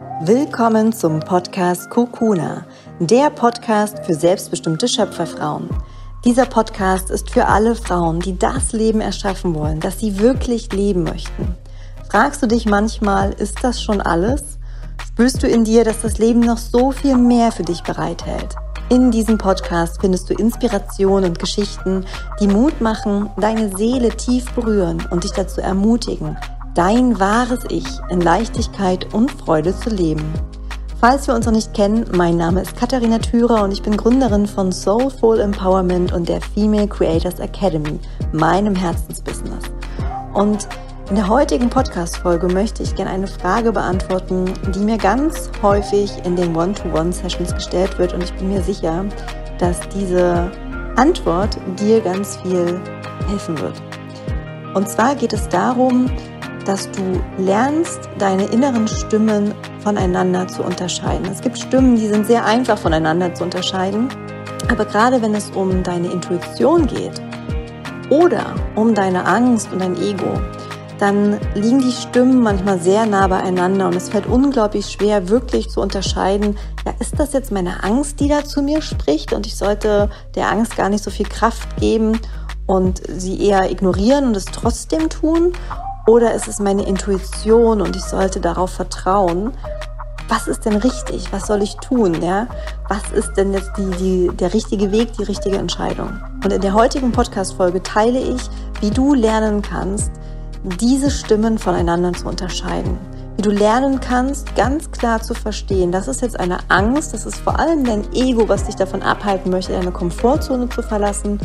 Willkommen zum Podcast Kokuna, der Podcast für selbstbestimmte Schöpferfrauen. Dieser Podcast ist für alle Frauen, die das Leben erschaffen wollen, das sie wirklich leben möchten. Fragst du dich manchmal, ist das schon alles? Spürst du in dir, dass das Leben noch so viel mehr für dich bereithält? In diesem Podcast findest du Inspiration und Geschichten, die Mut machen, deine Seele tief berühren und dich dazu ermutigen, dein wahres Ich in Leichtigkeit und Freude zu leben. Falls wir uns noch nicht kennen, mein Name ist Katharina Thürer und ich bin Gründerin von Soulful Empowerment und der Female Creators Academy, meinem Herzensbusiness. Und in der heutigen Podcast-Folge möchte ich gerne eine Frage beantworten, die mir ganz häufig in den One-to-One-Sessions gestellt wird, und ich bin mir sicher, dass diese Antwort dir ganz viel helfen wird. Und zwar geht es darum, dass du lernst, deine inneren Stimmen voneinander zu unterscheiden. Es gibt Stimmen, die sind sehr einfach voneinander zu unterscheiden, aber gerade wenn es um deine Intuition geht oder um deine Angst und dein Ego, dann liegen die Stimmen manchmal sehr nah beieinander und es fällt unglaublich schwer, wirklich zu unterscheiden, ja, ist das jetzt meine Angst, die da zu mir spricht und ich sollte der Angst gar nicht so viel Kraft geben und sie eher ignorieren und es trotzdem tun? Oder ist es meine Intuition und ich sollte darauf vertrauen? Was ist denn richtig? Was soll ich tun? Ja? Was ist denn jetzt der richtige Weg, die richtige Entscheidung? Und in der heutigen Podcast-Folge teile ich, wie du lernen kannst, diese Stimmen voneinander zu unterscheiden. Wie du lernen kannst, ganz klar zu verstehen, das ist jetzt eine Angst, das ist vor allem dein Ego, was dich davon abhalten möchte, deine Komfortzone zu verlassen.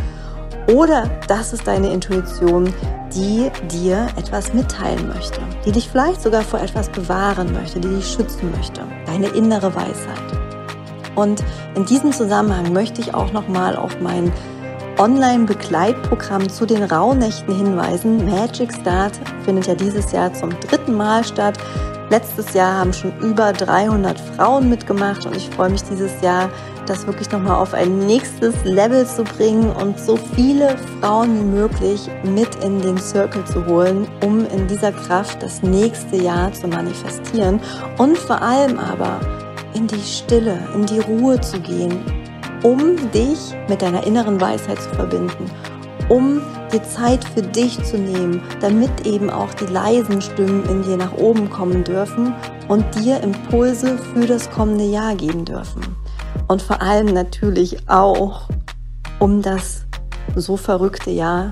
Oder das ist deine Intuition, die dir etwas mitteilen möchte, die dich vielleicht sogar vor etwas bewahren möchte, die dich schützen möchte, deine innere Weisheit. Und in diesem Zusammenhang möchte ich auch nochmal auf mein Online-Begleitprogramm zu den Rauhnächten hinweisen. Magic Start findet ja dieses Jahr zum 3. Mal statt. Letztes Jahr haben schon über 300 Frauen mitgemacht und ich freue mich dieses Jahr, das wirklich nochmal auf ein nächstes Level zu bringen und so viele Frauen wie möglich mit in den Circle zu holen, um in dieser Kraft das nächste Jahr zu manifestieren und vor allem aber in die Stille, in die Ruhe zu gehen, um dich mit deiner inneren Weisheit zu verbinden, um dir Zeit für dich zu nehmen, damit eben auch die leisen Stimmen in dir nach oben kommen dürfen und dir Impulse für das kommende Jahr geben dürfen. Und vor allem natürlich auch, um das so verrückte Jahr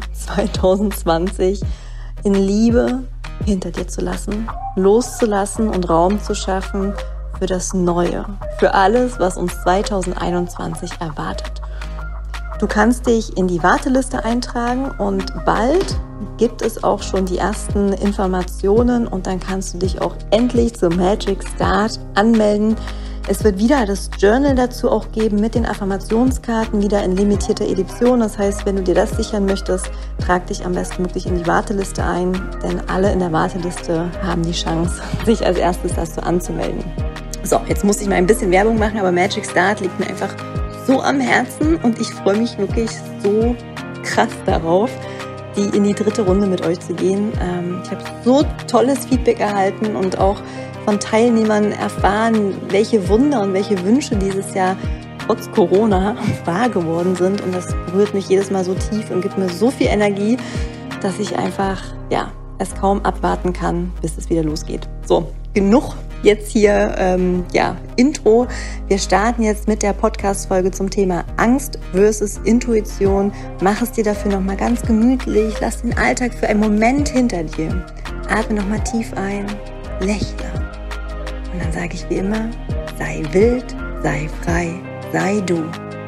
2020 in Liebe hinter dir zu lassen, loszulassen und Raum zu schaffen für das Neue, für alles, was uns 2021 erwartet. Du kannst dich in die Warteliste eintragen und bald gibt es auch schon die ersten Informationen und dann kannst du dich auch endlich zum Magic Start anmelden. Es wird wieder das Journal dazu auch geben mit den Affirmationskarten, wieder in limitierter Edition. Das heißt, wenn du dir das sichern möchtest, trag dich am besten wirklich in die Warteliste ein, denn alle in der Warteliste haben die Chance, sich als erstes dazu anzumelden. So, jetzt muss ich mal ein bisschen Werbung machen, aber Magic Start liegt mir einfach so am Herzen und ich freue mich wirklich so krass darauf, in die 3. Runde mit euch zu gehen. Ich habe so tolles Feedback erhalten und auch von Teilnehmern erfahren, welche Wunder und welche Wünsche dieses Jahr trotz Corona wahr geworden sind. Und das berührt mich jedes Mal so tief und gibt mir so viel Energie, dass ich einfach, es kaum abwarten kann, bis es wieder losgeht. So, genug jetzt hier, Intro. Wir starten jetzt mit der Podcast-Folge zum Thema Angst versus Intuition. Mach es dir dafür nochmal ganz gemütlich. Lass den Alltag für einen Moment hinter dir. Atme nochmal tief ein, lächle. Und dann sage ich wie immer, sei wild, sei frei, sei du.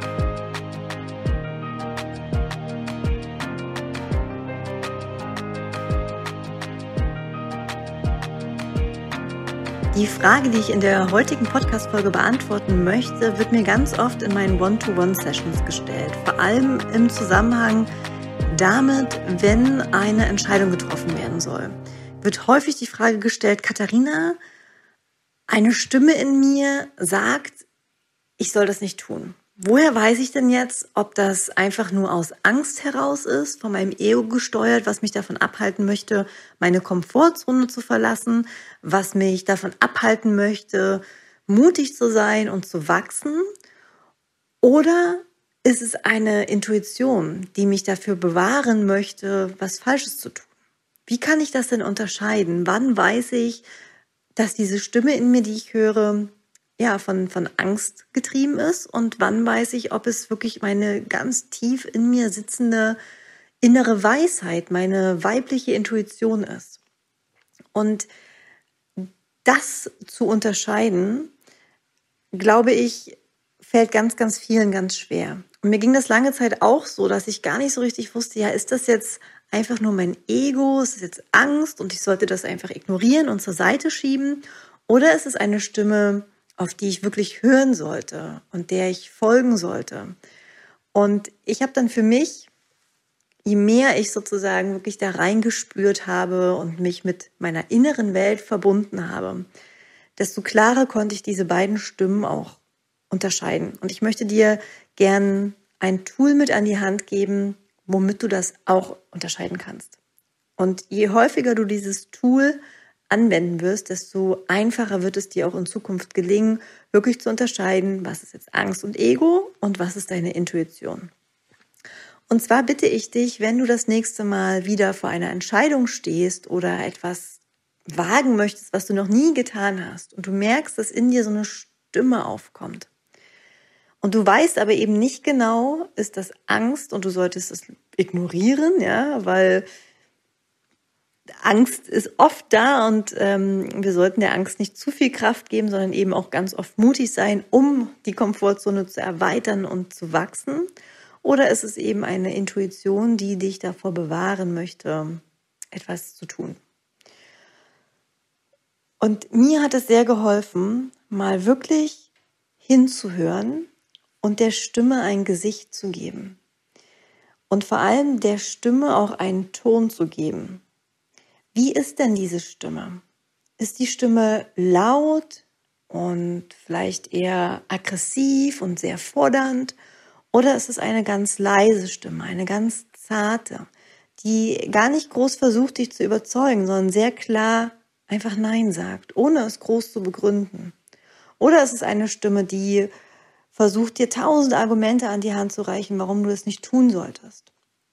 Die Frage, die ich in der heutigen Podcast-Folge beantworten möchte, wird mir ganz oft in meinen One-to-One-Sessions gestellt. Vor allem im Zusammenhang damit, wenn eine Entscheidung getroffen werden soll. Wird häufig die Frage gestellt, Katharina, eine Stimme in mir sagt, ich soll das nicht tun. woher weiß ich denn jetzt, ob das einfach nur aus Angst heraus ist, von meinem Ego gesteuert, was mich davon abhalten möchte, meine Komfortzone zu verlassen, was mich davon abhalten möchte, mutig zu sein und zu wachsen? Oder ist es eine Intuition, die mich dafür bewahren möchte, was Falsches zu tun? Wie kann ich das denn unterscheiden? Wann weiß ich, dass diese Stimme in mir, die ich höre, ja, von Angst getrieben ist? Und wann weiß ich, ob es wirklich meine ganz tief in mir sitzende innere Weisheit, meine weibliche Intuition ist? Und das zu unterscheiden, glaube ich, fällt ganz, ganz vielen ganz schwer. Und mir ging das lange Zeit auch so, dass ich gar nicht so richtig wusste, ja, ist das jetzt einfach nur mein Ego, ist das jetzt Angst und ich sollte das einfach ignorieren und zur Seite schieben? Oder ist es eine Stimme, auf die ich wirklich hören sollte und der ich folgen sollte? Und ich habe dann für mich, je mehr ich sozusagen wirklich da reingespürt habe und mich mit meiner inneren Welt verbunden habe, desto klarer konnte ich diese beiden Stimmen auch unterscheiden. Und ich möchte dir gern ein Tool mit an die Hand geben, womit du das auch unterscheiden kannst. Und je häufiger du dieses Tool anwenden wirst, desto einfacher wird es dir auch in Zukunft gelingen, wirklich zu unterscheiden, was ist jetzt Angst und Ego und was ist deine Intuition. Und zwar bitte ich dich, wenn du das nächste Mal wieder vor einer Entscheidung stehst oder etwas wagen möchtest, was du noch nie getan hast und du merkst, dass in dir so eine Stimme aufkommt und du weißt aber eben nicht genau, ist das Angst und du solltest es ignorieren, ja, weil Angst ist oft da und wir sollten der Angst nicht zu viel Kraft geben, sondern eben auch ganz oft mutig sein, um die Komfortzone zu erweitern und zu wachsen. Oder ist es eben eine Intuition, die dich davor bewahren möchte, etwas zu tun? Und mir hat es sehr geholfen, mal wirklich hinzuhören und der Stimme ein Gesicht zu geben. Und vor allem der Stimme auch einen Ton zu geben. Wie ist denn diese Stimme? Ist die Stimme laut und vielleicht eher aggressiv und sehr fordernd? Oder ist es eine ganz leise Stimme, eine ganz zarte, die gar nicht groß versucht, dich zu überzeugen, sondern sehr klar einfach Nein sagt, ohne es groß zu begründen? Oder ist es eine Stimme, die versucht, dir 1000 Argumente an die Hand zu reichen, warum du es nicht tun solltest?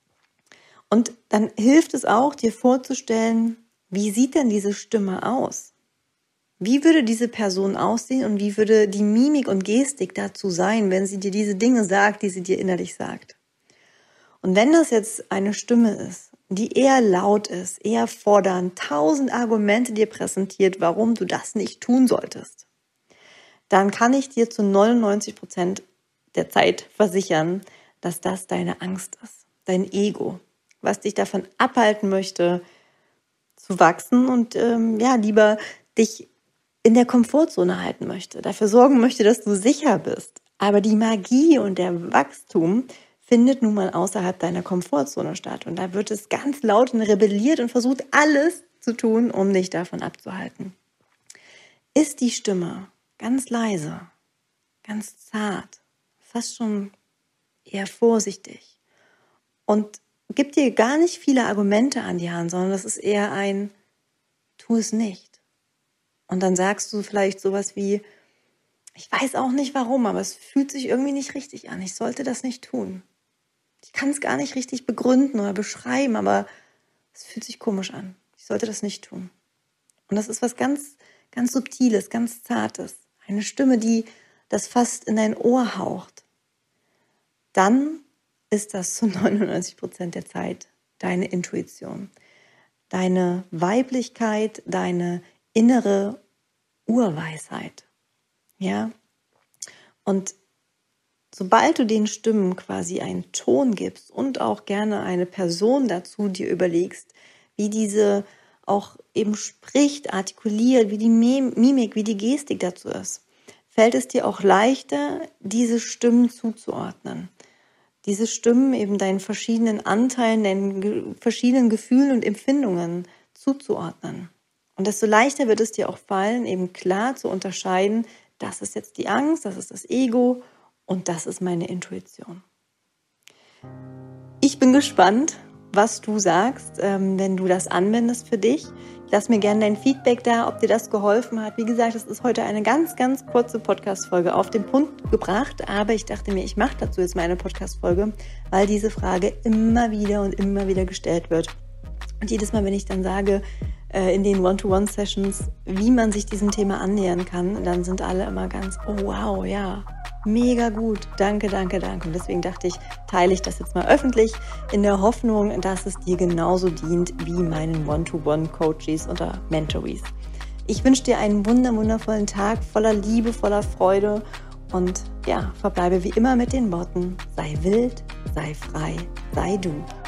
Und dann hilft es auch, dir vorzustellen, wie sieht denn diese Stimme aus? Wie würde diese Person aussehen und wie würde die Mimik und Gestik dazu sein, wenn sie dir diese Dinge sagt, die sie dir innerlich sagt? Und wenn das jetzt eine Stimme ist, die eher laut ist, eher fordernd, 1000 Argumente dir präsentiert, warum du das nicht tun solltest, dann kann ich dir zu 99% der Zeit versichern, dass das deine Angst ist, dein Ego, was dich davon abhalten möchte, zu wachsen und lieber dich in der Komfortzone halten möchte, dafür sorgen möchte, dass du sicher bist. Aber die Magie und der Wachstum findet nun mal außerhalb deiner Komfortzone statt. Und da wird es ganz laut und rebelliert und versucht, alles zu tun, um dich davon abzuhalten. Ist die Stimme ganz leise, ganz zart, fast schon eher vorsichtig und gibt dir gar nicht viele Argumente an die Hand, sondern das ist eher ein Tu es nicht. Und dann sagst du vielleicht sowas wie, ich weiß auch nicht warum, aber es fühlt sich irgendwie nicht richtig an. Ich sollte das nicht tun. Ich kann es gar nicht richtig begründen oder beschreiben, aber es fühlt sich komisch an. Ich sollte das nicht tun. Und das ist was ganz, ganz Subtiles, ganz Zartes. Eine Stimme, die das fast in dein Ohr haucht. Dann ist das zu 99% der Zeit deine Intuition. Deine Weiblichkeit, deine innere Urweisheit. Ja? Und sobald du den Stimmen quasi einen Ton gibst und auch gerne eine Person dazu dir überlegst, wie diese auch eben spricht, artikuliert, wie die Mimik, wie die Gestik dazu ist, fällt es dir auch leichter, diese Stimmen zuzuordnen. Diese Stimmen eben deinen verschiedenen Anteilen, deinen verschiedenen Gefühlen und Empfindungen zuzuordnen. Und desto leichter wird es dir auch fallen, eben klar zu unterscheiden, das ist jetzt die Angst, das ist das Ego Und das ist meine Intuition. Ich bin gespannt, was du sagst, wenn du das anwendest für dich. Lass mir gerne dein Feedback da, ob dir das geholfen hat. Wie gesagt, es ist heute eine ganz, ganz kurze Podcast-Folge auf den Punkt gebracht, aber ich dachte mir, ich mache dazu jetzt mal eine Podcast-Folge, weil diese Frage immer wieder gestellt wird. Und jedes Mal, wenn ich dann sage, in den One-to-One-Sessions, wie man sich diesem Thema annähern kann, dann sind alle immer ganz, oh wow, ja, mega gut, danke. Und deswegen dachte ich, teile ich das jetzt mal öffentlich, in der Hoffnung, dass es dir genauso dient wie meinen One-to-One-Coaches oder Mentorees. Ich wünsche dir einen wundervollen Tag voller Liebe, voller Freude und ja, verbleibe wie immer mit den Worten, sei wild, sei frei, sei du.